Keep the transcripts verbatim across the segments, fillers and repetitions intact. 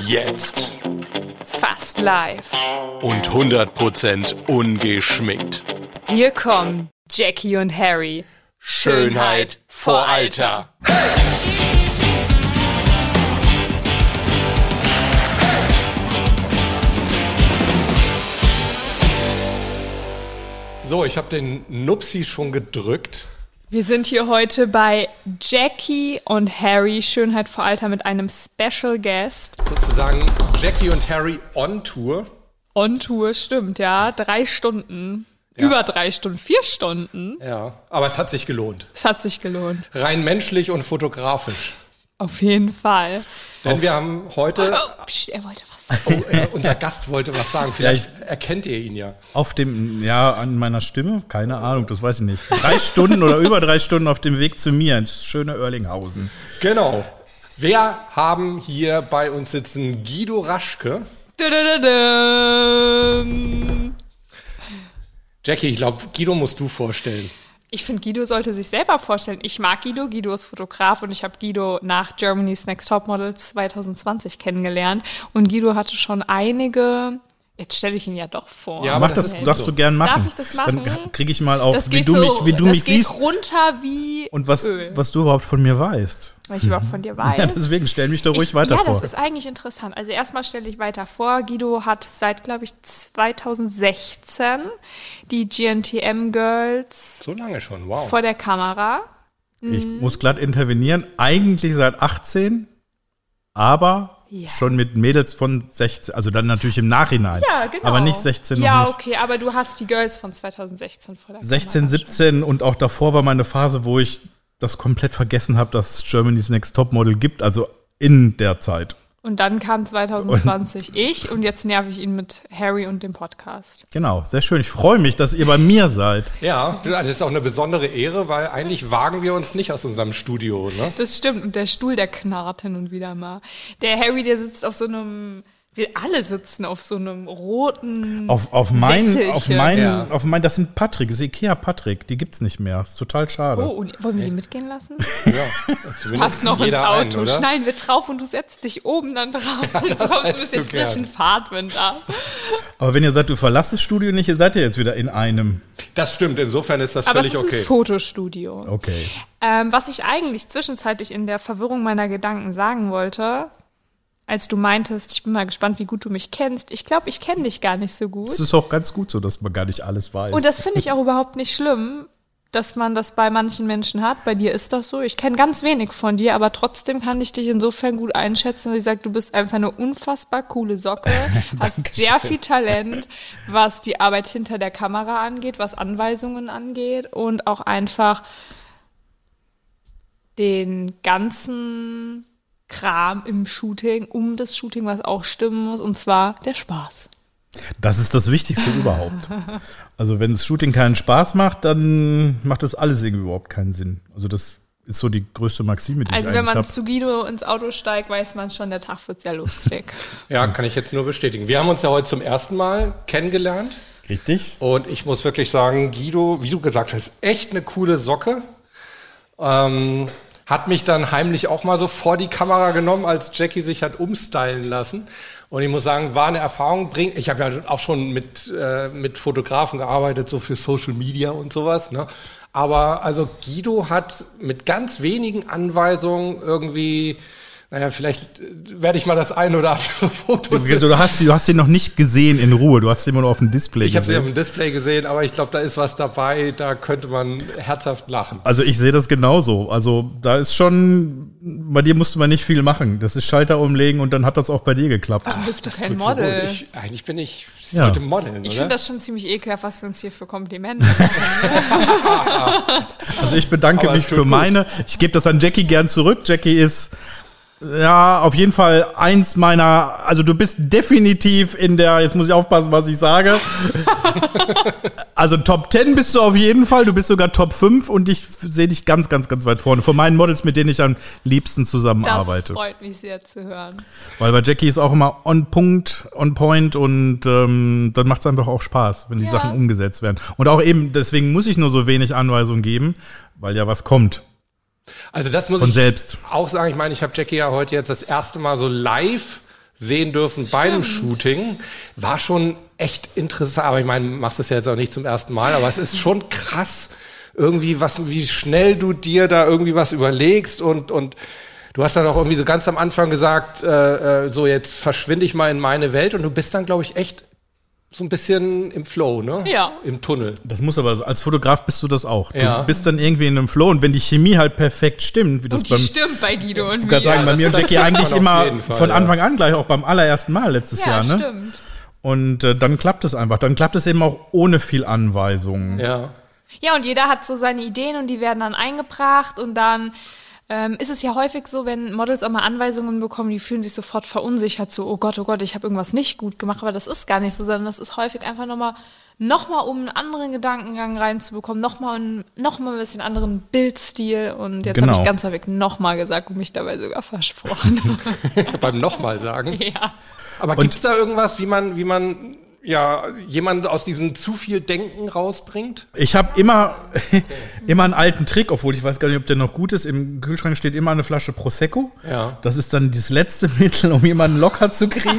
Jetzt. Fast live. Und hundert Prozent ungeschminkt. Hier kommen Jackie und Harry. Schönheit vor Alter. So, ich habe den Nupsi schon gedrückt. Wir sind hier heute bei Jackie und Harry, Schönheit vor Alter, mit einem Special Guest. Sozusagen Jackie und Harry on Tour. On Tour, stimmt, ja. Drei Stunden. Ja. Über drei Stunden, vier Stunden. Ja, aber es hat sich gelohnt. Es hat sich gelohnt. Rein menschlich und fotografisch. Auf jeden Fall. Denn Auf wir haben heute... Oh, pst, er wollte was sagen. Oh, äh, unser Gast wollte was sagen. Vielleicht erkennt ihr ihn ja. Auf dem, ja, an meiner Stimme? Keine Ahnung, das weiß ich nicht. Drei Stunden oder über drei Stunden auf dem Weg zu mir ins schöne Oerlinghausen. Genau. Wir haben hier bei uns sitzen Guido Raschke. Jackie, ich glaube, Guido musst du vorstellen. Ich finde, Guido sollte sich selber vorstellen. Ich mag Guido, Guido ist Fotograf und ich habe Guido nach Germany's Next Topmodel zwanzig zwanzig kennengelernt. Und Guido hatte schon einige, jetzt stelle ich ihn ja doch vor. Ja, aber Mach das das, ist gut darfst so. du gern machen. Darf ich das machen? Dann kriege ich mal auf, Das wie geht du so, mich, wie du das mich geht siehst runter wie und was, Öl. was du überhaupt von mir weißt. Weil ich überhaupt von dir weiß. Ja, deswegen stell mich doch ruhig ich, weiter ja, vor. das ist eigentlich interessant. Also erstmal stelle ich weiter vor. Guido hat seit, glaube ich, zwanzig sechzehn die G N T M Girls So lange schon, wow. vor der Kamera. Ich muss glatt intervenieren. Eigentlich seit achtzehn, aber Ja. schon mit Mädels von sechzehn. Also dann natürlich im Nachhinein. Ja, genau. Aber nicht sechzehn noch Ja, nicht. okay, aber du hast die Girls von zwanzig sechzehn vor der sechzehn, Kamera. siebzehn und auch davor war meine Phase, wo ich das komplett vergessen habe, dass es Germany's Next Topmodel gibt, also in der Zeit. Und dann kam zwanzig zwanzig ich und jetzt nerv ich ihn mit Harry und dem Podcast. Genau, sehr schön. Ich freue mich, dass ihr bei mir seid. Ja, das ist auch eine besondere Ehre, weil eigentlich wagen wir uns nicht aus unserem Studio, ne? Das stimmt. Und der Stuhl, der knarrt hin und wieder mal. Der Harry, der sitzt auf so einem, wir alle sitzen auf so einem roten Auf, auf mein, Sesselchen. auf mein, Ja. auf mein, das sind Patrick, das ist Ikea Patrick, die gibt's nicht mehr. Ist total schade. Oh, und wollen wir die mitgehen lassen? Ja, zumindest Passt noch ins jeder Auto. ein, oder? Schneiden wir drauf und du setzt dich oben dann drauf. und das bekommst ein hättest du bisschen frischen gern. Fahrtwind ab. Aber wenn ihr sagt, du verlasst das Studio nicht, ihr seid ja jetzt wieder in einem. Das stimmt, insofern ist das Aber es völlig ist ein okay. Fotostudio. Okay. Ähm, was ich eigentlich zwischenzeitlich in der Verwirrung meiner Gedanken sagen wollte, als du meintest, ich bin mal gespannt, wie gut du mich kennst. Ich glaube, ich kenne dich gar nicht so gut. Es ist auch ganz gut so, dass man gar nicht alles weiß. Und das finde ich auch überhaupt nicht schlimm, dass man das bei manchen Menschen hat. Bei dir ist das so. Ich kenne ganz wenig von dir, aber trotzdem kann ich dich insofern gut einschätzen, dass ich sage, du bist einfach eine unfassbar coole Socke, hast sehr viel Talent, was die Arbeit hinter der Kamera angeht, was Anweisungen angeht und auch einfach den ganzen Kram im Shooting, um das Shooting, was auch stimmen muss, und zwar der Spaß. Das ist das Wichtigste überhaupt. Also wenn das Shooting keinen Spaß macht, dann macht das alles irgendwie überhaupt keinen Sinn. Also das ist so die größte Maxime, die Also ich wenn eigentlich man habe. zu Guido ins Auto steigt, weiß man schon, der Tag wird sehr lustig. Ja, kann ich jetzt nur bestätigen. Wir haben uns ja heute zum ersten Mal kennengelernt. Richtig? Und ich muss wirklich sagen, Guido, wie du gesagt hast, echt eine coole Socke. Ähm, hat mich dann heimlich auch mal so vor die Kamera genommen, als Jackie sich hat umstylen lassen. Und ich muss sagen, war eine Erfahrung. Bring, ich habe ja auch schon mit, äh, mit Fotografen gearbeitet, so für Social Media und sowas. Ne? Aber also Guido hat mit ganz wenigen Anweisungen irgendwie, naja, vielleicht werde ich mal das ein oder andere Foto sehen. Du hast, du hast ihn noch nicht gesehen in Ruhe, du hast ihn immer nur auf dem Display Ich habe sie gesehen. auf dem Display gesehen, aber ich glaube, da ist was dabei, da könnte man herzhaft lachen. Also ich sehe das genauso. Also da ist schon, bei dir musste man nicht viel machen. Das ist Schalter umlegen und dann hat das auch bei dir geklappt. Dann bist du kein Tut so Model. gut. Ich, eigentlich bin ich, sie Ja. sollte modeln, Ich oder? finde das schon ziemlich ekelhaft, was wir uns hier für Komplimente machen. Also ich bedanke Aber es mich tut für gut. meine. Ich gebe das an Jackie gern zurück. Jackie ist ja auf jeden Fall eins meiner, also du bist definitiv in der, jetzt muss ich aufpassen, was ich sage. Also Top zehn bist du auf jeden Fall, du bist sogar Top fünf und ich sehe dich ganz, ganz, ganz weit vorne. Von meinen Models, mit denen ich am liebsten Das zusammenarbeite. freut mich sehr zu hören. Weil bei Jackie ist auch immer on Punkt, on point und ähm, dann macht es einfach auch Spaß, wenn die Ja. Sachen umgesetzt werden. Und auch eben, deswegen muss ich nur so wenig Anweisungen geben, weil ja was kommt. Also das muss Von ich selbst. auch sagen. Ich meine, ich habe Jackie ja heute jetzt das erste Mal so live sehen dürfen bei dem Shooting. War schon echt interessant. Aber ich meine, du machst es ja jetzt auch nicht zum ersten Mal, aber es ist schon krass, irgendwie was, wie schnell du dir da irgendwie was überlegst und, und du hast dann auch irgendwie so ganz am Anfang gesagt, äh, so jetzt verschwinde ich mal in meine Welt und du bist dann, glaube ich, echt so ein bisschen im Flow, ne? Ja. Im Tunnel. Das muss aber, als Fotograf bist du das auch. Du Ja. bist dann irgendwie in einem Flow und wenn die Chemie halt perfekt stimmt, wie das Und die beim, stimmt bei Guido und ich kann mir. sagen, Ja, bei das- mir und das Jackie merkt eigentlich man auf immer jeden Fall, von ja. Anfang an gleich, auch beim allerersten Mal letztes Ja, Jahr, ne? stimmt. Und äh, dann klappt es einfach. Dann klappt es eben auch ohne viel Anweisungen. Ja. Ja, und jeder hat so seine Ideen und die werden dann eingebracht und dann ähm, ist es ja häufig so, wenn Models auch mal Anweisungen bekommen, die fühlen sich sofort verunsichert, so, oh Gott, oh Gott, ich habe irgendwas nicht gut gemacht, aber das ist gar nicht so, sondern das ist häufig einfach nochmal, nochmal um einen anderen Gedankengang reinzubekommen, nochmal noch mal ein bisschen anderen Bildstil und jetzt Genau. habe ich ganz häufig nochmal gesagt und mich dabei sogar versprochen. Beim nochmal sagen. Ja. Aber gibt's da irgendwas, wie man, wie man ja jemanden aus diesem zu viel Denken rausbringt? Ich habe immer, immer einen alten Trick, obwohl ich weiß gar nicht, ob der noch gut ist. Im Kühlschrank steht immer eine Flasche Prosecco. Ja. Das ist dann das letzte Mittel, um jemanden locker zu kriegen.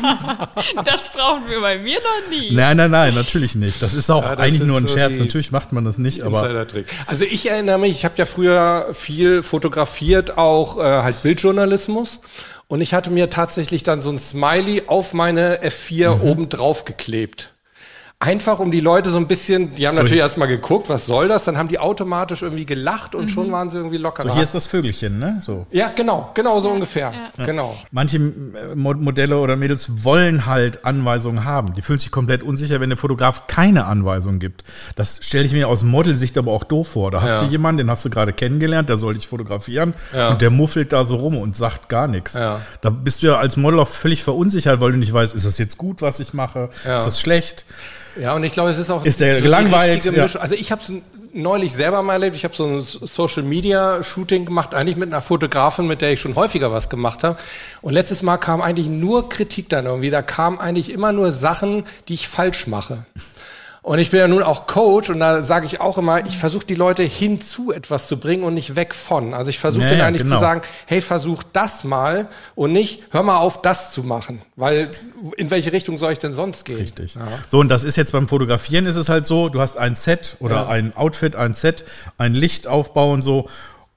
Das brauchen wir bei mir noch nie. Nein, nein, nein, natürlich nicht. Das ist auch Ja, das eigentlich sind nur ein so Scherz. die Natürlich macht man das nicht, aber Insider-Trick. Also ich erinnere mich, ich habe ja früher viel fotografiert, auch äh, halt Bildjournalismus. Und ich hatte mir tatsächlich dann so ein Smiley auf meine F vier Mhm. oben drauf geklebt. Einfach um die Leute so ein bisschen, die haben natürlich erstmal geguckt, was soll das? Dann haben die automatisch irgendwie gelacht und schon waren sie irgendwie lockerer. so hier ist das Vögelchen, ne? So. ja, genau, genau so ungefähr. Genau. Manche äh, Mo- Modelle oder Mädels wollen halt Anweisungen haben. Die fühlen sich komplett unsicher, wenn der Fotograf keine Anweisungen gibt. Das stelle ich mir aus Modelsicht aber auch doof vor. Da hast Ja. du jemanden, den hast du gerade kennengelernt, der soll dich fotografieren Ja. und der muffelt da so rum und sagt gar nichts. Ja. Da bist du ja als Model auch völlig verunsichert, weil du nicht weißt, ist das jetzt gut, was ich mache? Ja. Ist das schlecht? Ja, und ich glaube, es ist auch Ist der so die gelangweilt? richtige Ja. Mischung. Also ich habe es neulich selber mal erlebt. Ich habe so ein Social-Media-Shooting gemacht, eigentlich mit einer Fotografin, mit der ich schon häufiger was gemacht habe. Und letztes Mal kam eigentlich nur Kritik dann irgendwie. Da kamen eigentlich immer nur Sachen, die ich falsch mache. Und ich bin ja nun auch Coach und da sage ich auch immer, ich versuche die Leute hinzu etwas zu bringen und nicht weg von. Also ich versuche Ja, denen ja, eigentlich genau. zu sagen, hey, versuch das mal und nicht, hör mal auf, das zu machen. Weil in welche Richtung soll ich denn sonst gehen? Richtig. Ja. So, und das ist jetzt beim Fotografieren ist es halt so, du hast ein Set oder Ja. ein Outfit, ein Set, ein Lichtaufbau und so.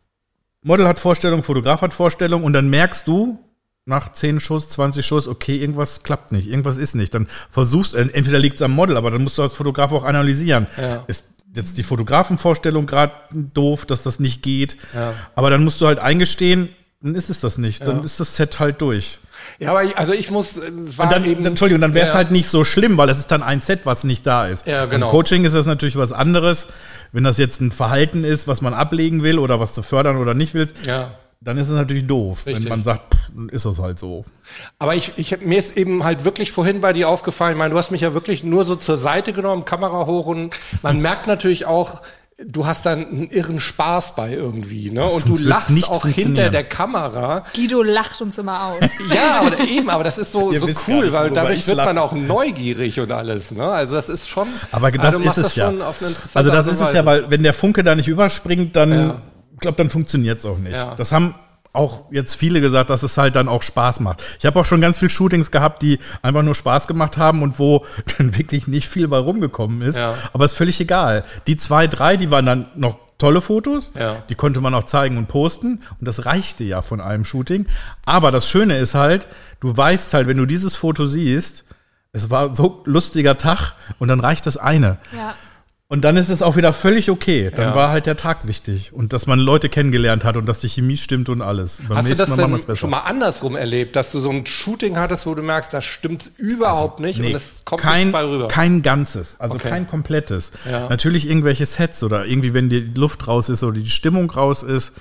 Model hat Vorstellung, Fotograf hat Vorstellung und dann merkst du nach zehn Schuss, zwanzig Schuss, okay, irgendwas klappt nicht, irgendwas ist nicht. Dann versuchst, äh, entweder liegt es am Model, aber dann musst du als Fotograf auch analysieren. Ja. Ist jetzt die Fotografenvorstellung gerade doof, dass das nicht geht. Ja. Aber dann musst du halt eingestehen, dann ist es das nicht. Dann Ja. ist das Set halt durch. Ja, aber ich, also ich muss, äh, war Und dann, eben, dann, Entschuldigung, dann wäre es Ja. halt nicht so schlimm, weil es ist dann ein Set, was nicht da ist. Ja, genau. Im Coaching ist das natürlich was anderes. Wenn das jetzt ein Verhalten ist, was man ablegen will oder was du fördern oder nicht willst, Ja. dann ist es natürlich doof. Richtig. Wenn man sagt, pff, dann ist das halt so. Aber ich, ich, hab- mir ist eben halt wirklich vorhin bei dir aufgefallen, ich meine, du hast mich ja wirklich nur so zur Seite genommen, Kamera hoch und man merkt natürlich auch, du hast dann einen irren Spaß bei irgendwie, ne? Und du wird's lachst nicht auch hinter funktionieren. der Kamera. Guido lacht uns immer aus. Ja, aber eben, aber das ist so, Ihr so wisst gar cool, nicht, weil worüber dadurch ich wird man lache. auch neugierig und alles, ne? Also das ist schon, Aber das also du ist machst es das ja. schon auf eine interessante Also das Art und ist es Weise. ja, weil wenn der Funke da nicht überspringt, dann, Ja. ich glaube, dann funktioniert es auch nicht. Ja. Das haben auch jetzt viele gesagt, dass es halt dann auch Spaß macht. Ich habe auch schon ganz viele Shootings gehabt, die einfach nur Spaß gemacht haben und wo dann wirklich nicht viel bei rumgekommen ist. Ja. Aber ist völlig egal. Die zwei, drei, die waren dann noch tolle Fotos, Ja. die konnte man auch zeigen und posten und das reichte ja von einem Shooting. Aber das Schöne ist halt, du weißt halt, wenn du dieses Foto siehst, es war so lustiger Tag und dann reicht das eine. Ja. Und dann ist es auch wieder völlig okay. Dann Ja. war halt der Tag wichtig und dass man Leute kennengelernt hat und dass die Chemie stimmt und alles. Beim Hast du nächsten das Mal machen denn wir's besser. schon mal andersrum erlebt, dass du so ein Shooting hattest, wo du merkst, das stimmt überhaupt nicht Nee, und es kommt kein, nichts bei rüber? kein ganzes, also Okay. kein komplettes. Ja. Natürlich irgendwelche Sets oder irgendwie, wenn die Luft raus ist oder die Stimmung raus ist,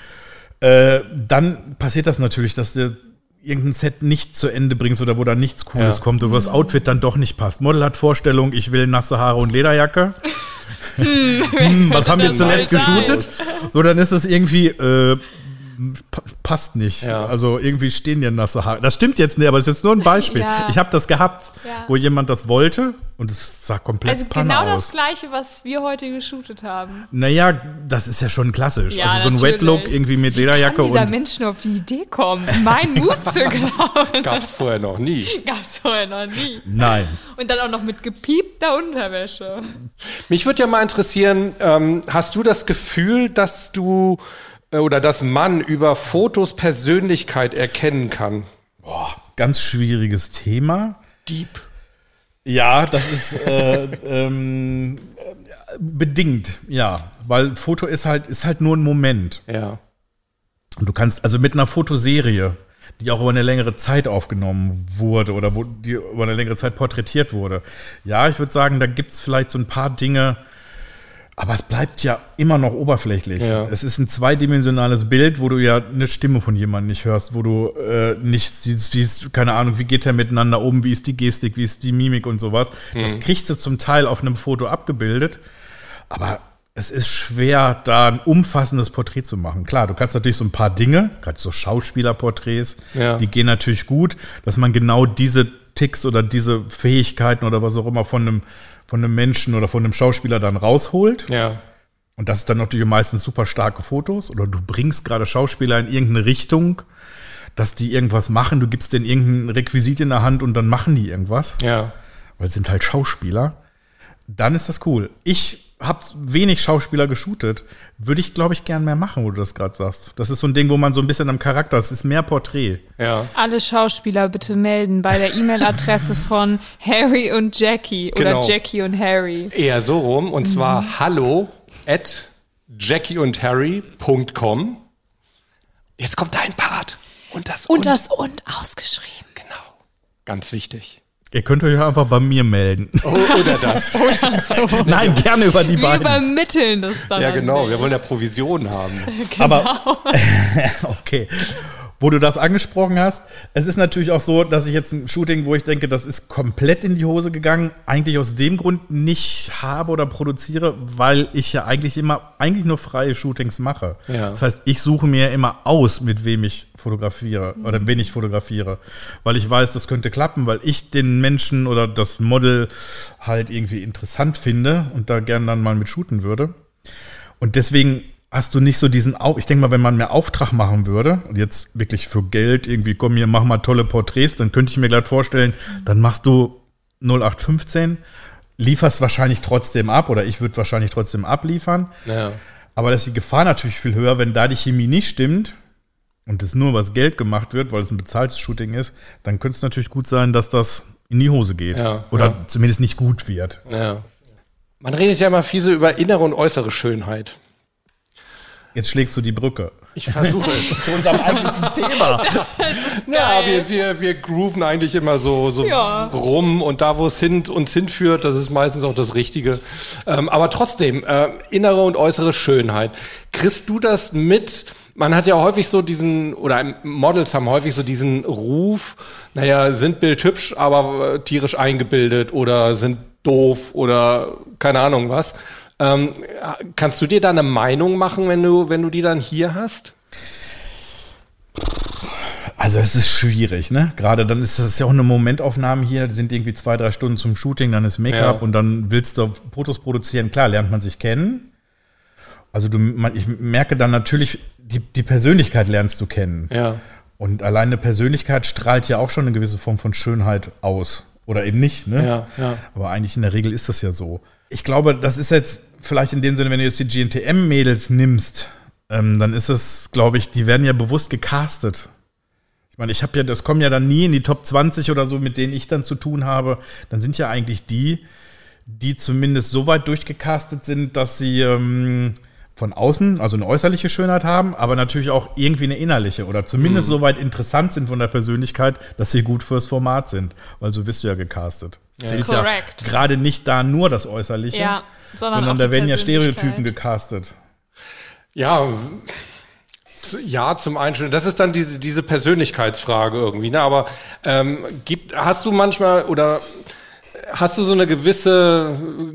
äh, dann passiert das natürlich, dass du irgendein Set nicht zu Ende bringst oder wo da nichts Cooles Ja. kommt oder wo das Outfit dann doch nicht passt. Model hat Vorstellung, ich will nasse Haare und Lederjacke. hm, was haben wir das zuletzt mal sein? geshootet? So, dann ist es irgendwie, äh, p- passt nicht. Ja. Also irgendwie stehen dir nasse Haare. Das stimmt jetzt nicht, aber es ist jetzt nur ein Beispiel. Ja. Ich habe das gehabt, Ja. wo jemand das wollte und es sah komplett Also Panne genau aus. das Gleiche, was wir heute geshootet haben. Naja, das ist ja schon klassisch. Ja, also so ein natürlich. Wetlook irgendwie mit Lederjacke Kann dieser und Mensch nur auf die Idee kommen, mein Mut zu klauen? Gab's vorher noch nie. Gab's vorher noch nie. nein. Und dann auch noch mit gepiepter Unterwäsche. Mich würde ja mal interessieren, ähm, hast du das Gefühl, dass du äh, oder dass man über Fotos Persönlichkeit erkennen kann? Boah, ganz schwieriges Thema. Deep. Ja, das ist äh, ähm, äh, bedingt, ja. Weil Foto ist halt, ist halt nur ein Moment. Ja. Und du kannst, also mit einer Fotoserie, die auch über eine längere Zeit aufgenommen wurde oder wo die über eine längere Zeit porträtiert wurde. Ja, ich würde sagen, da gibt's vielleicht so ein paar Dinge, aber es bleibt ja immer noch oberflächlich. Ja. Es ist ein zweidimensionales Bild, wo du ja eine Stimme von jemandem nicht hörst, wo du äh, nicht siehst, wie ist, keine Ahnung, wie geht der miteinander um, wie ist die Gestik, wie ist die Mimik und sowas. Mhm. Das kriegst du zum Teil auf einem Foto abgebildet, aber es ist schwer, da ein umfassendes Porträt zu machen. Klar, du kannst natürlich so ein paar Dinge, gerade so Schauspielerporträts, Ja. die gehen natürlich gut, dass man genau diese Ticks oder diese Fähigkeiten oder was auch immer von einem, von einem Menschen oder von einem Schauspieler dann rausholt. Ja. Und das ist dann natürlich meistens super starke Fotos. Oder du bringst gerade Schauspieler in irgendeine Richtung, dass die irgendwas machen. Du gibst denen irgendein Requisit in der Hand und dann machen die irgendwas. Ja. Weil es sind halt Schauspieler. Dann ist das cool. Ich habe wenig Schauspieler geshootet. Würde ich, glaube ich, gern mehr machen, wo du das gerade sagst. Das ist so ein Ding, wo man so ein bisschen am Charakter, es ist mehr Porträt. Ja. Alle Schauspieler bitte melden bei der E-Mail-Adresse von Harry und Jackie Genau. oder Jackie und Harry. Eher so rum. Und zwar hallo at jackie und harry punkt com. Jetzt kommt dein Part. Und das Und das und ausgeschrieben. Genau. Ganz wichtig. Ihr könnt euch einfach bei mir melden. Oh, oder das. Nein, gerne über die Wir beiden. übermitteln das dann. Ja, an genau. dich. Wir wollen ja Provisionen haben. Aber okay. Wo du das angesprochen hast, es ist natürlich auch so, dass ich jetzt ein Shooting, wo ich denke, das ist komplett in die Hose gegangen, eigentlich aus dem Grund nicht habe oder produziere, weil ich ja eigentlich immer, eigentlich nur freie Shootings mache. Ja. Das heißt, ich suche mir immer aus, mit wem ich fotografiere oder wen ich fotografiere, weil ich weiß, das könnte klappen, weil ich den Menschen oder das Model halt irgendwie interessant finde und da gern dann mal mit shooten würde. Und deswegen hast du nicht so diesen, Au- ich denke mal, wenn man mehr Auftrag machen würde und jetzt wirklich für Geld irgendwie, komm hier, mach mal tolle Porträts, dann könnte ich mir gleich vorstellen, dann machst du null acht fünfzehn, lieferst wahrscheinlich trotzdem ab oder ich würde wahrscheinlich trotzdem abliefern. Ja. Aber da ist die Gefahr natürlich viel höher, wenn da die Chemie nicht stimmt und es nur was Geld gemacht wird, weil es ein bezahltes Shooting ist, dann könnte es natürlich gut sein, dass das in die Hose geht. Ja, oder ja. zumindest nicht gut wird. Ja. Man redet ja immer viel so über innere und äußere Schönheit. Jetzt schlägst du die Brücke. Ich versuche es. Zu unserem eigentlichen Thema. Ja, wir, wir, wir grooven eigentlich immer so, so Ja. rum und da, wo es hin, uns hinführt, das ist meistens auch das Richtige. Ähm, aber trotzdem, äh, innere und äußere Schönheit. Kriegst du das mit? Man hat ja häufig so diesen, oder Models haben häufig so diesen Ruf, naja, sind bildhübsch, aber äh, tierisch eingebildet oder sind doof oder keine Ahnung was. Ähm, kannst du dir da eine Meinung machen, wenn du, wenn du die dann hier hast? Also es ist schwierig, ne? Gerade dann ist das ja auch eine Momentaufnahme hier, sind irgendwie zwei, drei Stunden zum Shooting, dann ist Make-up Ja. und dann willst du Fotos produzieren. Klar, lernt man sich kennen. Also du, man, ich merke dann natürlich, die, die Persönlichkeit lernst du kennen. Ja. Und allein eine Persönlichkeit strahlt ja auch schon eine gewisse Form von Schönheit aus. Oder eben nicht, ne? Ja, ja. Aber eigentlich in der Regel ist das ja so. Ich glaube, das ist jetzt vielleicht in dem Sinne, wenn du jetzt die G N T M-Mädels nimmst, ähm, dann ist es, glaube ich, die werden ja bewusst gecastet. Ich meine, ich habe ja, das kommen ja dann nie in die Top zwanzig oder so, mit denen ich dann zu tun habe. Dann sind ja eigentlich die, die zumindest so weit durchgecastet sind, dass sie ähm, von außen, also eine äußerliche Schönheit haben, aber natürlich auch irgendwie eine innerliche oder zumindest so weit interessant sind von der Persönlichkeit, dass sie gut fürs Format sind. Weil so wirst du ja gecastet. Es zählt ja Correct. gerade nicht da nur das Äußerliche, Ja, sondern, sondern auch da die werden ja Persönlichkeit. Stereotypen gecastet. Ja, z- ja, zum einen, das ist dann diese, diese Persönlichkeitsfrage irgendwie, ne? Aber ähm, gibt, hast du manchmal oder hast du so eine gewisse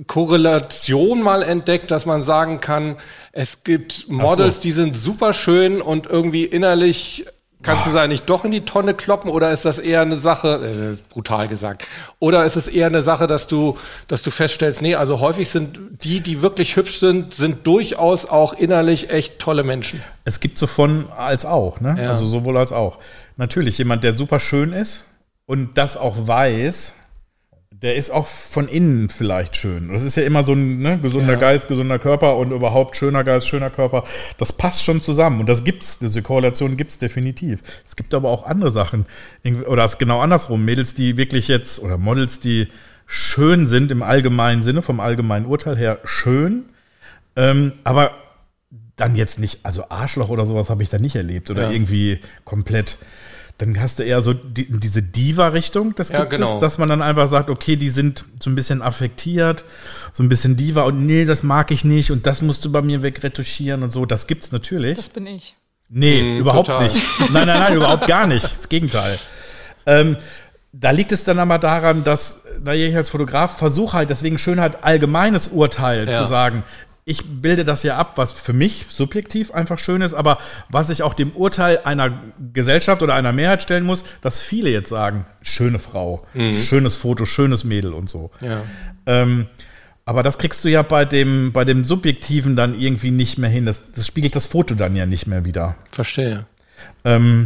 Korrelation mal entdeckt, dass man sagen kann, es gibt Models, so. die sind super schön und irgendwie innerlich kannst du sie eigentlich doch in die Tonne kloppen, oder ist das eher eine Sache, äh, brutal gesagt, oder ist es eher eine Sache, dass du, dass du feststellst, nee, also häufig sind die, die wirklich hübsch sind, sind durchaus auch innerlich echt tolle Menschen. Es gibt so von als auch, ne? Ja. Also sowohl als auch. Natürlich, jemand, der super schön ist und das auch weiß, der ist auch von innen vielleicht schön. Das ist ja immer so ein ne, gesunder ja. Geist, gesunder Körper und überhaupt schöner Geist, schöner Körper. Das passt schon zusammen und das gibt's, diese Korrelation gibt's definitiv. Es gibt aber auch andere Sachen, oder es ist genau andersrum, Mädels, die wirklich jetzt, oder Models, die schön sind im allgemeinen Sinne, vom allgemeinen Urteil her schön, ähm, aber dann jetzt nicht, also Arschloch oder sowas habe ich da nicht erlebt oder ja. irgendwie komplett. Dann hast du eher so die, diese Diva-Richtung, das gibt ja, genau. es, dass man dann einfach sagt, okay, die sind so ein bisschen affektiert, so ein bisschen Diva und nee, das mag ich nicht und das musst du bei mir wegretuschieren und so, das gibt's natürlich. Das bin ich. Nee, mm, überhaupt total. nicht. Nein, nein, nein, überhaupt gar nicht. Das Gegenteil. Ähm, da liegt es dann aber daran, dass, da ich als Fotograf versuche halt, deswegen Schönheit allgemeines Urteil ja. zu sagen, ich bilde das ja ab, was für mich subjektiv einfach schön ist, aber was ich auch dem Urteil einer Gesellschaft oder einer Mehrheit stellen muss, dass viele jetzt sagen, schöne Frau, mhm. schönes Foto, schönes Mädel und so. Ja. Ähm, aber das kriegst du ja bei dem, bei dem Subjektiven dann irgendwie nicht mehr hin. Das, das spiegelt das Foto dann ja nicht mehr wider. Verstehe. Ähm,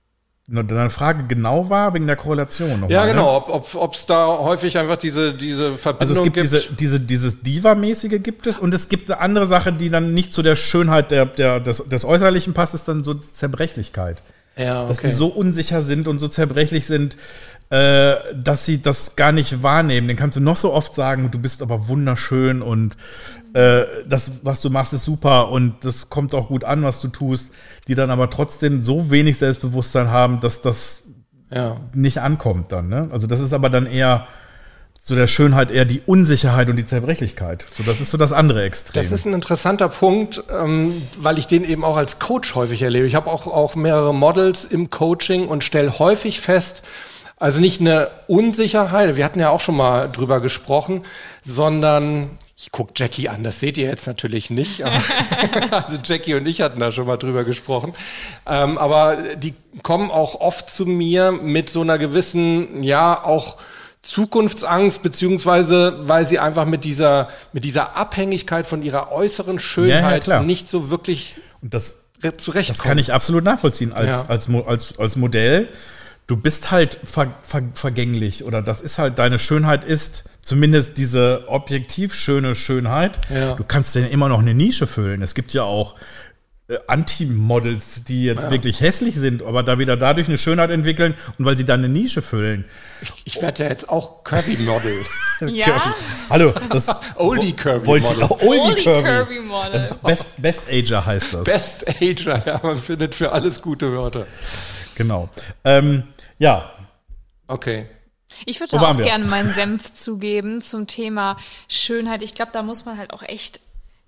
Deine Frage genau war, wegen der Korrelation noch Ja, mal, genau, ne? ob ob es da häufig einfach diese, diese Verbindung also es gibt. gibt. Diese, diese, dieses Diva-mäßige gibt es und es gibt eine andere Sache, die dann nicht zu der Schönheit der, der, des, des Äußerlichen passt, ist dann so Zerbrechlichkeit. Ja, okay. Dass die so unsicher sind und so zerbrechlich sind, äh, dass sie das gar nicht wahrnehmen. Den kannst du noch so oft sagen, du bist aber wunderschön und äh, das, was du machst, ist super und das kommt auch gut an, was du tust, die dann aber trotzdem so wenig Selbstbewusstsein haben, dass das ja. nicht ankommt dann. Ne? Also das ist aber dann eher so der Schönheit eher die Unsicherheit und die Zerbrechlichkeit. So, das ist so das andere Extrem. Das ist ein interessanter Punkt, ähm, weil ich den eben auch als Coach häufig erlebe. Ich habe auch, auch mehrere Models im Coaching und stelle häufig fest, also nicht eine Unsicherheit, wir hatten ja auch schon mal drüber gesprochen, sondern ich gucke Jackie an, das seht ihr jetzt natürlich nicht, aber also Jackie und ich hatten da schon mal drüber gesprochen, ähm, aber die kommen auch oft zu mir mit so einer gewissen, ja, auch Zukunftsangst, beziehungsweise weil sie einfach mit dieser, mit dieser Abhängigkeit von ihrer äußeren Schönheit ja, ja, nicht so wirklich und das, zurechtkommen. Das kann ich absolut nachvollziehen als, ja. als, als, als Modell. Du bist halt ver, ver, vergänglich oder das ist halt, deine Schönheit ist zumindest diese objektiv schöne Schönheit. Ja. Du kannst ja immer noch eine Nische füllen. Es gibt ja auch äh, Anti-Models, die jetzt ja. wirklich hässlich sind, aber da wieder dadurch eine Schönheit entwickeln und weil sie dann eine Nische füllen. Ich, ich werde ja jetzt auch Curvy-Model. Ja. Hallo, das Oldie-Curvy-Model. Oldie-Curvy-Model. Das Best, Best Ager heißt das. Best Ager, ja, man findet für alles gute Wörter. Genau. Ähm, ja. Okay. Ich würde auch gerne meinen Senf zugeben zum Thema Schönheit. Ich glaube, da muss man halt auch echt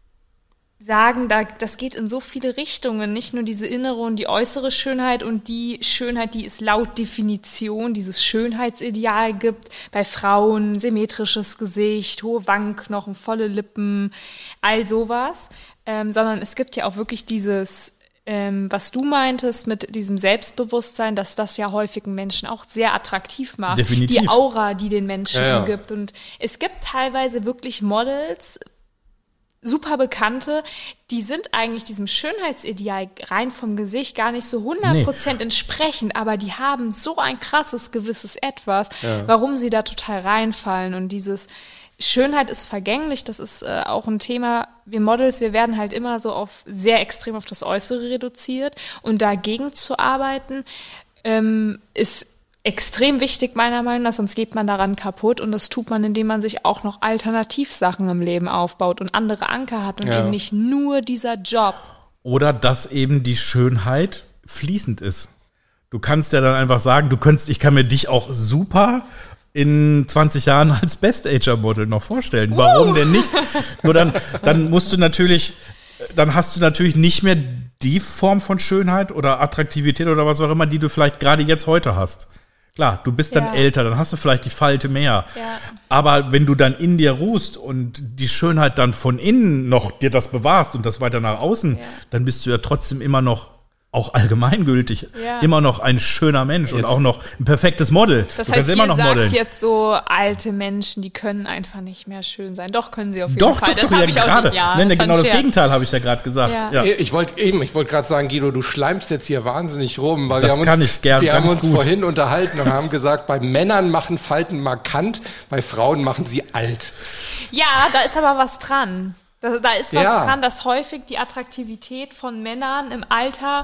sagen, da, das geht in so viele Richtungen. Nicht nur diese innere und die äußere Schönheit und die Schönheit, die es laut Definition, dieses Schönheitsideal gibt. Bei Frauen symmetrisches Gesicht, hohe Wangenknochen, volle Lippen, all sowas. Ähm, sondern es gibt ja auch wirklich dieses Ähm, was du meintest mit diesem Selbstbewusstsein, dass das ja häufigen Menschen auch sehr attraktiv macht. Definitiv. Die Aura, die den Menschen ja, ja. umgibt. Und es gibt teilweise wirklich Models, super bekannte, die sind eigentlich diesem Schönheitsideal rein vom Gesicht gar nicht so hundert Prozent nee. entsprechend, aber die haben so ein krasses gewisses Etwas, ja. warum sie da total reinfallen. Und dieses Schönheit ist vergänglich, das ist äh, auch ein Thema. Wir Models, wir werden halt immer so auf sehr extrem auf das Äußere reduziert und dagegen zu arbeiten ähm, ist extrem wichtig meiner Meinung nach, sonst geht man daran kaputt und das tut man, indem man sich auch noch Alternativsachen im Leben aufbaut und andere Anker hat und ja. eben nicht nur dieser Job. Oder dass eben die Schönheit fließend ist. Du kannst ja dann einfach sagen, du könntest, ich kann mir dich auch super in zwanzig Jahren als Best-Ager-Model noch vorstellen. Warum uh. denn nicht? Nur dann, dann musst du natürlich, dann hast du natürlich nicht mehr die Form von Schönheit oder Attraktivität oder was auch immer, die du vielleicht gerade jetzt heute hast. Klar, du bist dann Ja. älter, dann hast du vielleicht die Falte mehr. Ja. Aber wenn du dann in dir ruhst und die Schönheit dann von innen noch dir das bewahrst und das weiter nach außen, Ja. dann bist du ja trotzdem immer noch, auch allgemeingültig, Ja. immer noch ein schöner Mensch und Jetzt- auch noch ein perfektes Model. Das du heißt, kannst immer ihr noch sagt modeln. jetzt so, alte Menschen, die können einfach nicht mehr schön sein. Doch, können sie auf jeden Doch, Fall. doch, das doch, habe ja, ich auch gerade. ja, nee, nee, das war genau ein das Scherz. Gegenteil habe ich ja gerade gesagt. Ja. Ja. Ich wollte eben, ich wollte gerade sagen, Guido, du schleimst jetzt hier wahnsinnig rum, weil Das wir haben uns, kann ich gern, wir kann haben ich uns gut. vorhin unterhalten und haben gesagt, bei Männern machen Falten markant, bei Frauen machen sie alt. Ja, da ist aber was dran. Da, da ist was Ja. dran, dass häufig die Attraktivität von Männern im Alter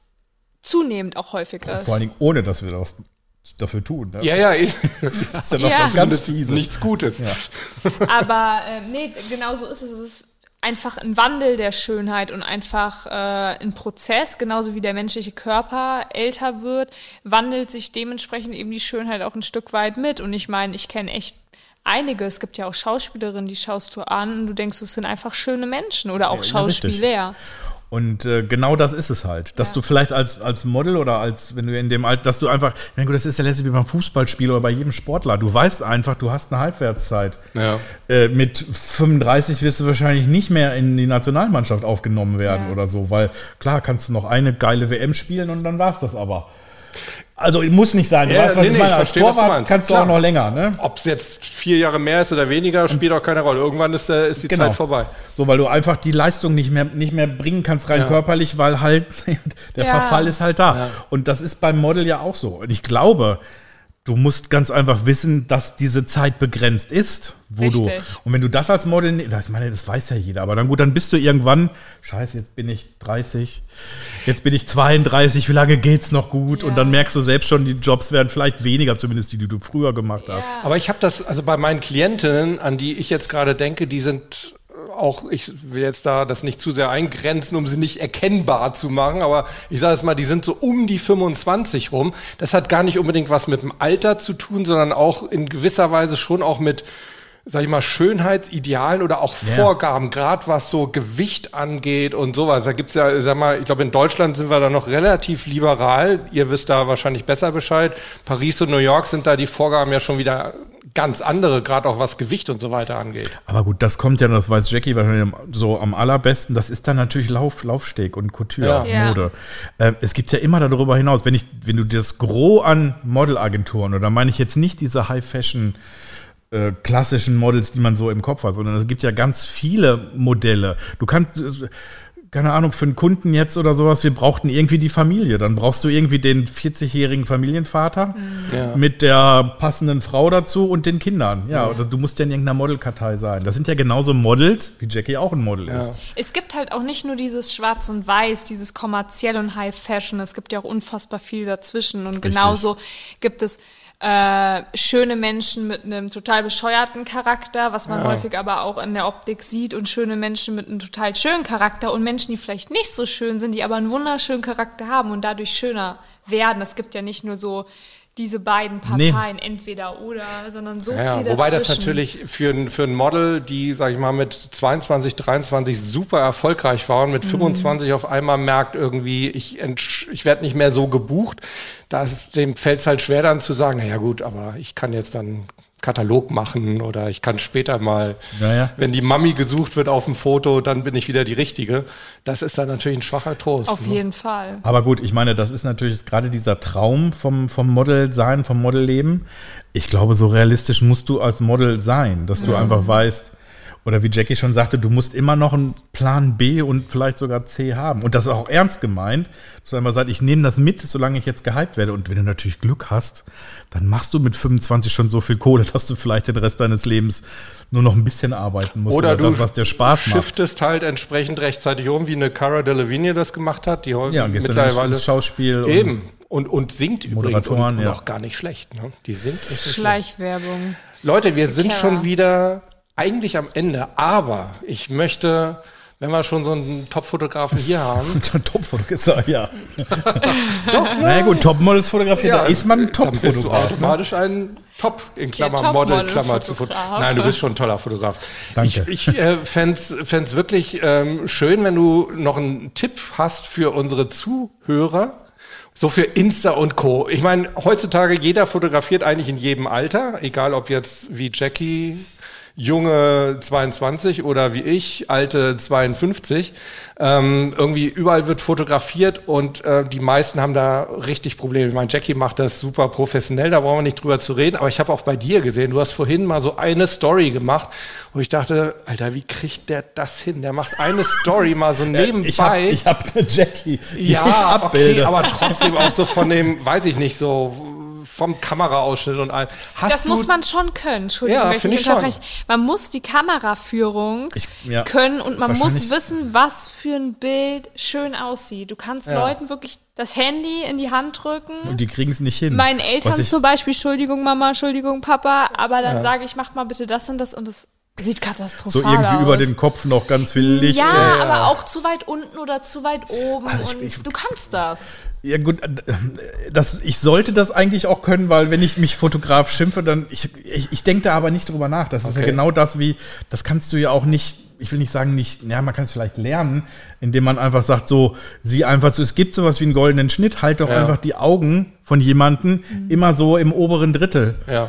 zunehmend auch häufig ist. Vor allen Dingen, ohne dass wir das dafür tun. Ne? Ja, ja, ich, Das ist ja noch Ja. was ganz zumindest Fieses. nichts Gutes. Aber äh, nee, genau so ist es. Es ist einfach ein Wandel der Schönheit und einfach äh, ein Prozess, genauso wie der menschliche Körper älter wird, wandelt sich dementsprechend eben die Schönheit auch ein Stück weit mit. Und ich meine, ich kenne echt einige, es gibt ja auch Schauspielerinnen, die schaust du an und du denkst, es sind einfach schöne Menschen oder auch Ja, richtig. Schauspieler. Und äh, genau das ist es halt, dass Ja. du vielleicht als, als Model oder als, wenn du in dem Alter, dass du einfach, ich meine, gut, das ist ja letztlich wie beim Fußballspiel oder bei jedem Sportler, du weißt einfach, du hast eine Halbwertszeit. Ja. Äh, mit fünfunddreißig wirst du wahrscheinlich nicht mehr in die Nationalmannschaft aufgenommen werden Ja. oder so, weil klar, kannst du noch eine geile W M spielen und dann war's das aber. Also muss nicht sein, du Ja, weißt, was nee, ich nee, meine, ich als verstehe, was du Torwart meinst. kannst du Klar. auch noch länger, ne? Ob es jetzt vier Jahre mehr ist oder weniger, spielt auch keine Rolle. Irgendwann ist, der, ist die Genau. Zeit vorbei. So, weil du einfach die Leistung nicht mehr, nicht mehr bringen kannst, rein Ja. körperlich, weil halt der Ja. Verfall ist halt da. Und das ist beim Model ja auch so. Und ich glaube, du musst ganz einfach wissen, dass diese Zeit begrenzt ist, wo du. Richtig. Und wenn du das als Model, ne- das, ich meine, das weiß ja jeder, aber dann gut, dann bist du irgendwann, scheiße, jetzt bin ich dreißig, jetzt bin ich zweiunddreißig, wie lange geht's noch gut? Ja. Und dann merkst du selbst schon, die Jobs werden vielleicht weniger, zumindest die, die du früher gemacht hast. Aber ich habe das, also bei meinen Klientinnen, an die ich jetzt gerade denke, die sind auch, ich will jetzt da das nicht zu sehr eingrenzen, um sie nicht erkennbar zu machen, aber ich sage es mal, die sind so um die fünfundzwanzig rum. Das hat gar nicht unbedingt was mit dem Alter zu tun, sondern auch in gewisser Weise schon auch mit, sag ich mal, Schönheitsidealen oder auch Ja. Vorgaben, gerade was so Gewicht angeht und sowas. Da gibt's ja, sag mal, ich glaube, in Deutschland sind wir da noch relativ liberal. Ihr wisst da wahrscheinlich besser Bescheid. Paris und New York sind da die Vorgaben ja schon wieder ganz andere, gerade auch was Gewicht und so weiter angeht. Aber gut, das kommt ja, das weiß Jackie wahrscheinlich so am allerbesten, das ist dann natürlich Lauf, Laufsteg und Couture, Ja. Mode. Ähm, es gibt ja immer darüber hinaus, wenn ich, wenn du dir das Gros an Modelagenturen, oder meine ich jetzt nicht diese High-Fashion äh, klassischen Models, die man so im Kopf hat, sondern es gibt ja ganz viele Modelle. Du kannst, äh, keine Ahnung, für einen Kunden jetzt oder sowas, wir brauchten irgendwie die Familie. Dann brauchst du irgendwie den vierzigjährigen Familienvater Ja. mit der passenden Frau dazu und den Kindern. Ja, oder du musst ja in irgendeiner Modelkartei sein. Das sind ja genauso Models, wie Jackie auch ein Model ist. Es gibt halt auch nicht nur dieses Schwarz und Weiß, dieses kommerziell und High Fashion, es gibt ja auch unfassbar viel dazwischen und genauso gibt es äh, schöne Menschen mit einem total bescheuerten Charakter, was man häufig aber auch in der Optik sieht, und schöne Menschen mit einem total schönen Charakter und Menschen, die vielleicht nicht so schön sind, die aber einen wunderschönen Charakter haben und dadurch schöner werden. Es gibt ja nicht nur so diese beiden Parteien, entweder oder, sondern so Ja, viel wobei das dazwischen. natürlich für ein, für ein Model, die, sag ich mal, mit zweiundzwanzig, dreiundzwanzig super erfolgreich war und mit fünfundzwanzig auf einmal merkt irgendwie, ich, entsch- ich werde nicht mehr so gebucht, da ist, dem fällt es halt schwer dann zu sagen, naja gut, aber ich kann jetzt dann Katalog machen oder ich kann später mal, Ja, ja. wenn die Mami gesucht wird auf dem Foto, dann bin ich wieder die Richtige. Das ist dann natürlich ein schwacher Trost. Auf ne? jeden Fall. Aber gut, ich meine, das ist natürlich gerade dieser Traum vom, vom Model-Sein, vom Modelleben. Ich glaube, so realistisch musst du als Model sein, dass du einfach weißt, oder wie Jackie schon sagte, du musst immer noch einen Plan B und vielleicht sogar C haben. Und das ist auch ernst gemeint, dass du einfach sagst, ich nehme das mit, solange ich jetzt gehypt werde. Und wenn du natürlich Glück hast, dann machst du mit fünfundzwanzig schon so viel Kohle, dass du vielleicht den Rest deines Lebens nur noch ein bisschen arbeiten musst. Oder du das, was dir Spaß macht. shiftest halt entsprechend rechtzeitig um, wie eine Cara Delevingne das gemacht hat, die heute Ja, und gehst dann mittlerweile ins Schauspiel. eben und, und singt übrigens und, Moderatoren, und ja. auch gar nicht schlecht. Ne? Die singt echt nicht schlecht. Schleichwerbung. Leute, wir sind Cara. schon wieder eigentlich am Ende, aber ich möchte, wenn wir schon so einen Top-Fotografen hier haben, Top-Fotograf, ja. Doch, naja gut, Topmodels fotografiert, da ist man ein dann bist du Top-Fotograf. Ne? automatisch ein Top, in Klammer, Der Model, Klammer zu Foto. Topmodel-Fotograf. Nein, du bist schon ein toller Fotograf. Danke. Ich, ich äh, fänd's fänd's wirklich ähm, schön, wenn du noch einen Tipp hast für unsere Zuhörer So für Insta und Co. Ich meine, heutzutage jeder fotografiert eigentlich in jedem Alter, egal ob jetzt wie Jackie, junge zweiundzwanzig oder wie ich, alte zweiundfünfzig. Ähm, irgendwie überall wird fotografiert und äh, die meisten haben da richtig Probleme. Ich meine, Jackie macht das super professionell, da brauchen wir nicht drüber zu reden, aber ich habe auch bei dir gesehen, du hast vorhin mal so eine Story gemacht, wo ich dachte, Alter, wie kriegt der das hin? Der macht eine Story mal so nebenbei. Ich habe hab eine Jackie, die ja, ich abbilde. Okay, aber trotzdem auch so von dem, weiß ich nicht, so vom Kameraausschnitt und allem. Hast das du, muss man schon können, Entschuldigung. Ja, wenn finde ich unterbreche. Man muss die Kameraführung Ich- ja, können und man muss wahrscheinlich- wissen, was für ein Bild schön aussieht. Du kannst Ja. Leuten wirklich das Handy in die Hand drücken. Und die kriegen es nicht hin. Meinen Eltern Was ich- zum Beispiel, Entschuldigung Mama, Entschuldigung Papa, aber dann sage ich, mach mal bitte das und das und das sieht katastrophal So irgendwie aus. über den Kopf noch ganz viel Licht. Ja, äh, aber auch zu weit unten oder zu weit oben Also ich- und ich- du kannst das. Ja gut, äh, das, ich sollte das eigentlich auch können, weil wenn ich mich Fotograf schimpfe, dann, ich, ich, ich denke da aber nicht drüber nach. Das ist Okay. ja genau das wie, das kannst du ja auch nicht, ich will nicht sagen nicht, ja, man kann es vielleicht lernen, indem man einfach sagt so, sieh einfach so, es gibt sowas wie einen goldenen Schnitt, halt doch Ja. einfach die Augen von jemandem immer so im oberen Drittel. ja.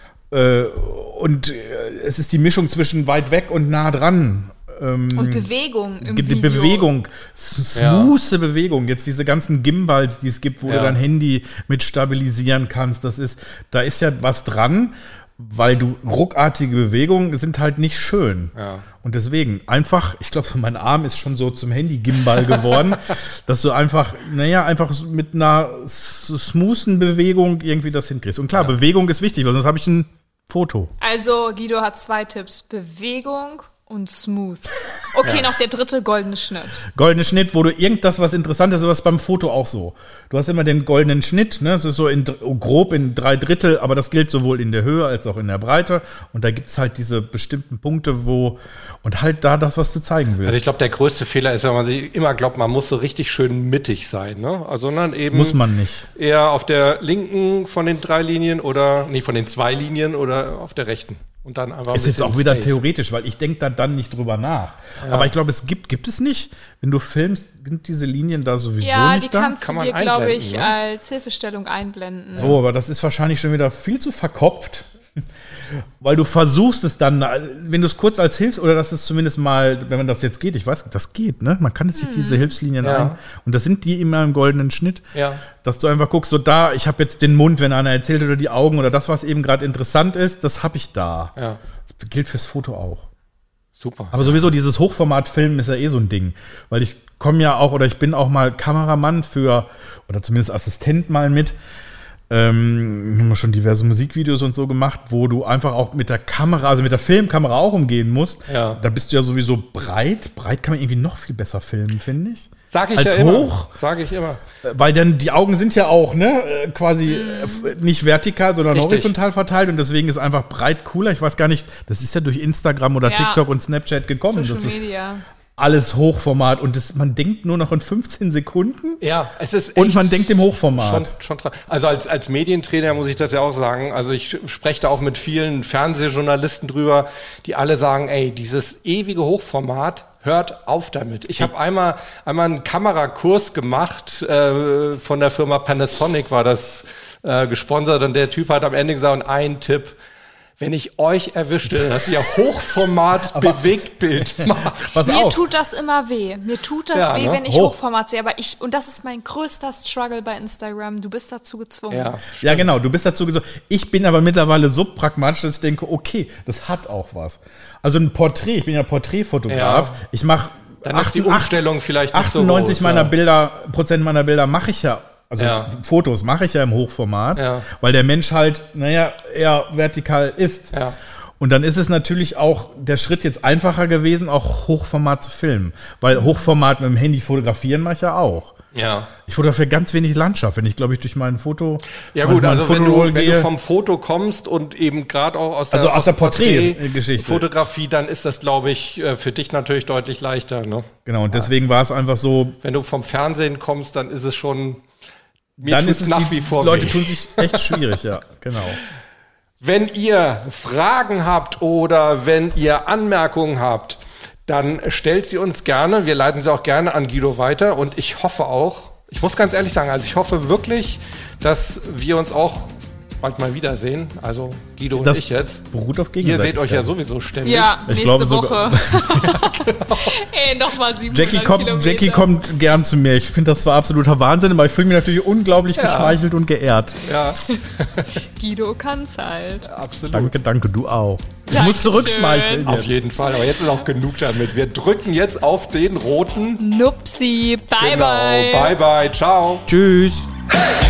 Äh, und äh, es ist die Mischung zwischen weit weg und nah dran. Ähm, Und Bewegung im die Video. Bewegung, smooth Bewegung. Jetzt diese ganzen Gimbals, die es gibt, wo Ja. du dein Handy mit stabilisieren kannst. Das ist, da ist ja was dran, weil du ruckartige Bewegungen sind halt nicht schön. Ja. Und deswegen einfach, ich glaube, mein Arm ist schon so zum Handy-Gimbal geworden, dass du einfach, naja, einfach so mit einer s- smoothen Bewegung irgendwie das hinkriegst. Und klar, Bewegung ist wichtig, weil sonst habe ich ein Foto. Also Guido hat zwei Tipps. Bewegung und smooth. Okay, noch der dritte goldene Schnitt. Goldene Schnitt, wo du irgendwas, was interessant ist, was beim Foto auch so. Du hast immer den goldenen Schnitt, ne? Das ist so in, dr- grob in drei Drittel, aber das gilt sowohl in der Höhe als auch in der Breite. Und da gibt's halt diese bestimmten Punkte, wo, und halt da das, was du zeigen willst. Also ich glaube, der größte Fehler ist, wenn man sich immer glaubt, man muss so richtig schön mittig sein, ne? Also sondern eben Muss man nicht. eher auf der linken von den drei Linien oder nee, von den zwei Linien oder auf der rechten. Und dann einfach ein Es ist bisschen auch wieder Space. theoretisch, weil ich denke da dann nicht drüber nach. Aber ich glaube, es gibt, gibt es nicht, wenn du filmst, sind diese Linien da sowieso Ja, nicht die da? kannst Kann du man dir, glaube einblenden, ich, ne? als Hilfestellung einblenden. So, aber das ist wahrscheinlich schon wieder viel zu verkopft, weil du versuchst es dann, wenn du es kurz als Hilfs- oder das ist zumindest mal, wenn man das jetzt geht, ich weiß, das geht, ne? Man kann sich diese Hilfslinien Ja. ein und das sind die immer im goldenen Schnitt, Ja. dass du einfach guckst, so da, ich habe jetzt den Mund, wenn einer erzählt oder die Augen oder das, was eben gerade interessant ist, das habe ich da. Ja. Das gilt fürs Foto auch. Super. Aber sowieso dieses Hochformat-Filmen ist ja eh so ein Ding. Weil ich komme ja auch, oder ich bin auch mal Kameramann für, oder zumindest Assistent mal mit. Ähm, haben wir schon diverse Musikvideos und so gemacht, wo du einfach auch mit der Kamera, also mit der Filmkamera auch umgehen musst. Ja. Da bist du ja sowieso breit. Breit kann man irgendwie noch viel besser filmen, finde ich. Sag ich als ja immer. hoch? Sag ich immer. Weil dann die Augen sind ja auch ne, äh, quasi äh, f- nicht vertikal, sondern Richtig. horizontal verteilt und deswegen ist einfach breit cooler. Ich weiß gar nicht, das ist ja durch Instagram oder Ja. TikTok und Snapchat gekommen. Social Das ist Media. alles Hochformat und das, man denkt nur noch in fünfzehn Sekunden Ja, es ist und echt man denkt im Hochformat. Schon, schon dran. Also als, als Medientrainer muss ich das ja auch sagen. Also ich spreche da auch mit vielen Fernsehjournalisten drüber, die alle sagen, ey, dieses ewige Hochformat, hört auf damit. Ich habe einmal, einmal einen Kamerakurs gemacht, äh, von der Firma Panasonic war das äh, gesponsert und der Typ hat am Ende gesagt, und ein Tipp, wenn ich euch erwischte, dass ihr Hochformat Bewegtbild macht. Pass Mir auf. tut das immer weh. Mir tut das Ja, weh, ne? wenn ich Hoch. Hochformat sehe. Aber ich, und das ist mein größter Struggle bei Instagram. Du bist dazu gezwungen. Ja, Ja, genau, du bist dazu gesagt. Ich bin aber mittlerweile so pragmatisch, dass ich denke, okay, das hat auch was. Also ein Porträt, ich bin ja Porträtfotograf. Ja. Ich mache dann ist die Umstellung vielleicht nicht so achtundneunzig groß, meiner ja. Bilder, Prozent meiner Bilder mache ich ja, also Ja. Fotos mache ich ja im Hochformat, Ja. weil der Mensch halt, naja, eher vertikal ist. Ja. Und dann ist es natürlich auch der Schritt jetzt einfacher gewesen, auch Hochformat zu filmen. Weil Hochformat mit dem Handy fotografieren mache ich ja auch. Ja. Ich fotografiere ganz wenig Landschaft, wenn ich, glaube ich, durch mein Foto. Ja mein- gut, mein also wenn du, Fotoroll wenn du gehe. vom Foto kommst und eben gerade auch aus der, Also aus der Porträt- Porträtgeschichte. Fotografie, dann ist das, glaube ich, äh, für dich natürlich deutlich leichter. Ne? Genau, und deswegen war es einfach so, Wenn du vom Fernsehen kommst, dann ist es schon, mir dann tut's ist es nach die wie vor Leute weh. tun sich echt schwierig, ja, genau. Wenn ihr Fragen habt oder wenn ihr Anmerkungen habt, dann stellt sie uns gerne. Wir leiten sie auch gerne an Guido weiter und ich hoffe auch, ich muss ganz ehrlich sagen, also ich hoffe wirklich, dass wir uns auch bald mal wiedersehen. Also Guido und Das ich jetzt. beruht auf Ihr Gegenseitigkeit. seht euch ja sowieso ständig. Ja, Ich nächste glaube Woche. sogar- Ey, nochmal siebenhundert Jackie kommt, Kilometer. Jackie kommt gern zu mir. Ich finde, das war absoluter Wahnsinn, aber ich fühle mich natürlich unglaublich geschmeichelt und geehrt. Ja, Guido kann's halt. absolut. Danke, danke, du auch. Ich Dankeschön. muss zurückschmeicheln. Auf jetzt. jeden Fall. Aber jetzt ist auch genug damit. Wir drücken jetzt auf den roten. Nupsi, bye Genau. bye. Bye, bye. Ciao. Tschüss. Hey!